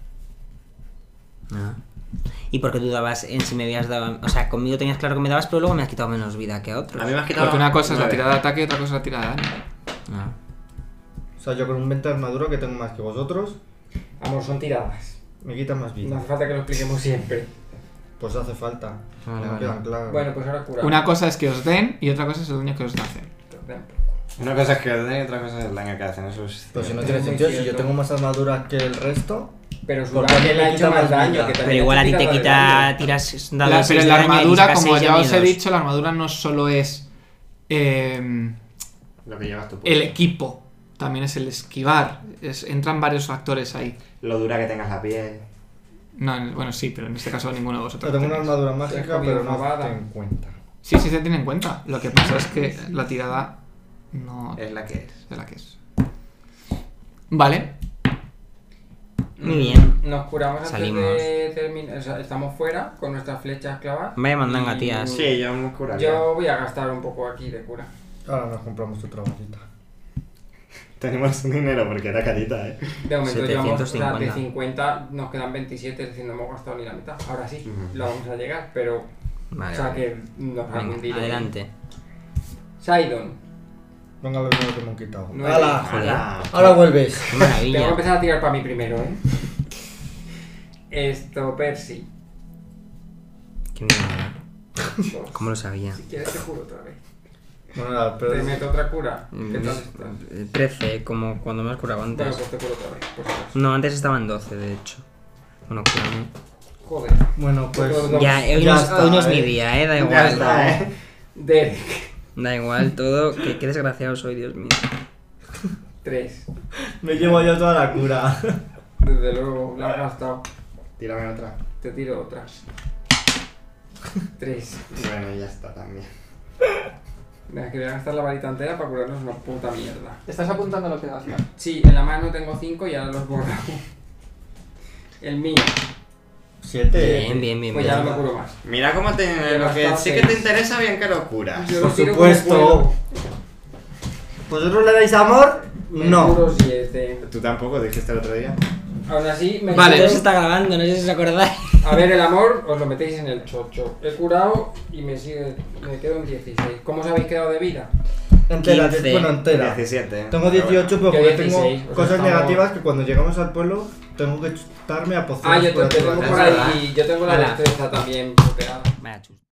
Ah. ¿Y por qué dudabas en si me habías dado? O sea, conmigo tenías claro que me dabas, pero luego me has quitado menos vida que a otros. A mí me has quitado... Porque una cosa es la nueve. tirada de ataque y otra cosa es la tirada de daño. Ah. O sea, yo con un veinte de armadura que tengo más que vosotros, Amor, son tiradas. me quita más No vida. hace falta que lo expliquemos siempre. Pues hace falta. Vale, no me vale. quedan claras. Bueno, pues ahora cura. Una cosa es que os den y otra cosa es el daño que os hacen. Una cosa es que os den y otra cosa es el daño que hacen. Eso es... Pero si no Es tiene muy sentido, si yo cierto. tengo más armadura que el resto, Pero su ¿Por daño qué le me ha quita hecho más más daño. vida? Que también Pero igual a ti quita te la de quita, daño. tiras La- dados pero seis la de daño y le armadura, sacas como seis ya os he dañados. dicho, la armadura no solo es eh, Lo que llevas tú. el equipo, también es el esquivar. Es, entran varios factores ahí. Lo dura que tengas la piel. No, en- bueno, sí, pero en este caso ninguno de vosotros. yo tengo una tenéis. armadura Te mágica, has comido pero no fabada. se en cuenta. Sí, sí se tiene en cuenta. Lo que pasa es que la tirada no Es la que es. es la que es. Vale. Muy bien. Nos curamos antes Salimos. de terminar. O sea, estamos fuera con nuestras flechas clavadas. Vaya mandanga, Y- tías. Sí, yo me curaría. Yo voy a gastar un poco aquí de cura. Ahora nos compramos otra varita. Tenemos un dinero porque era carita, ¿eh? De momento llevamos, o sea, de setecientos cincuenta. cincuenta nos quedan veintisiete, es decir, no hemos gastado ni la mitad. Ahora sí, Ujú. lo vamos a llegar, pero. Vale, o sea vale. que nos va a Venga, hundir. adelante. Sidon, Venga, lo que me han quitado. No ¡Hala! Joder. Ahora vuelves. Qué tengo que maravilla. empezar a tirar para mí primero, ¿eh? Esto, Percy. Qué mierda. Dos. ¿Cómo lo sabía? Si quieres, te juro otra vez. Bueno, nada, pero Te meto otra cura. ¿Qué tal está? Eh, trece, como cuando me has curado Bueno, antes. pues te curo otra vez. Por si acaso. No, antes estaban doce, de hecho. Bueno, curame. Joder. bueno, pues. Pero- Ya, hoy, ya no, es- está, hoy no es ¿eh? mi día, eh, da Ya igual. está, ¿eh? Derek. Da igual, todo. Qué, qué desgraciado soy, Dios mío. Tres. Me llevo yo toda la cura. Desde luego, la has gastado. Tírame otra. Te tiro otra. Tres. Bueno, ya está también. Venga, que voy a gastar la varita entera para curarnos una puta mierda. ¿Estás apuntando lo que gastas? Sí, en la mano tengo cinco y ahora los borro. El mío. Siete. Bien, bien, bien. Pues ya bien. no me curo más. Mira cómo te... Pero Lo que hasta sí que seis. te interesa, bien que lo curas. Yo Por lo tiro supuesto. como puedo. ¿Vosotros le dais amor? Me No. curo siete. Tú tampoco dijiste el otro día. Aún así, me Vale. Esto curo- se está grabando, no sé si os acordáis. A ver, el amor os lo metéis en el chocho. He curado y me sigue, me quedo en dieciséis. ¿Cómo os habéis quedado de vida? Entera, quince. bueno, entera. diecisiete. Tengo dieciocho, pero Yo porque dieciséis, tengo o sea, cosas estamos- negativas que cuando llegamos al pueblo tengo que chutarme a pociones. Ah, yo, te- por yo aquí. tengo por Ala. ahí, yo tengo la Ala. destreza también bloqueada. Vaya chus.